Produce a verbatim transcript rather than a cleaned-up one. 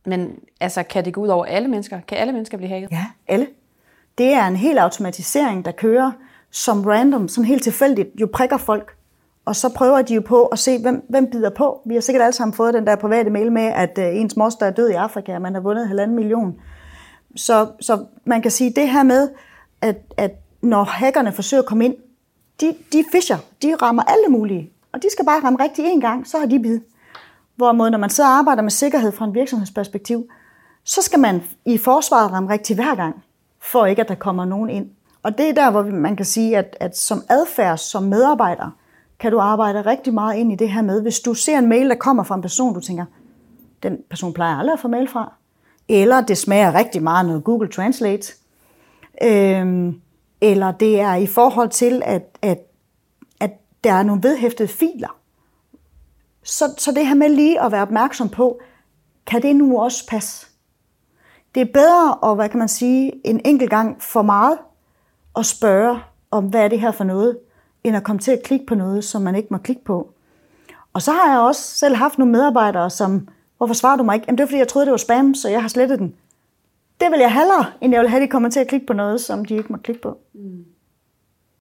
Men altså, kan det gå ud over alle mennesker? Kan alle mennesker blive hacket? Ja, alle. Det er en hel automatisering, der kører som random, sådan helt tilfældigt, jo prikker folk. Og så prøver de jo på at se, hvem, hvem bider på. Vi har sikkert alle sammen fået den der private mail med, at uh, ens moster er død i Afrika, og man har vundet halvanden million. Så, så man kan sige det her med, at, at når hackerne forsøger at komme ind, de, de fischer, de rammer alle mulige. Og de skal bare ramme rigtigt én gang, så har de bid. Hvorimod når man sidder og arbejder med sikkerhed fra en virksomhedsperspektiv, så skal man i forsvaret ramme rigtigt hver gang, for ikke at der kommer nogen ind. Og det er der, hvor man kan sige, at, at som adfærd, som medarbejder, kan du arbejde rigtig meget ind i det her med, hvis du ser en mail, der kommer fra en person, du tænker, den person plejer aldrig at få mail fra. Eller det smager rigtig meget noget Google Translate. Øhm, eller det er i forhold til, at, at, at der er nogle vedhæftede filer. Så, så det her med lige at være opmærksom på, kan det nu også passe? Det er bedre at, hvad kan man sige, en enkelt gang for meget at spørge om, hvad er det her for noget, end at komme til at klikke på noget, som man ikke må klikke på. Og så har jeg også selv haft nogle medarbejdere, som, hvorfor svarer du mig ikke? Jamen det er fordi, jeg troede, det var spam, så jeg har slettet den. Det vil jeg hellere, end jeg vil have, de kommer til at klikke på noget, som de ikke må klikke på. Mm.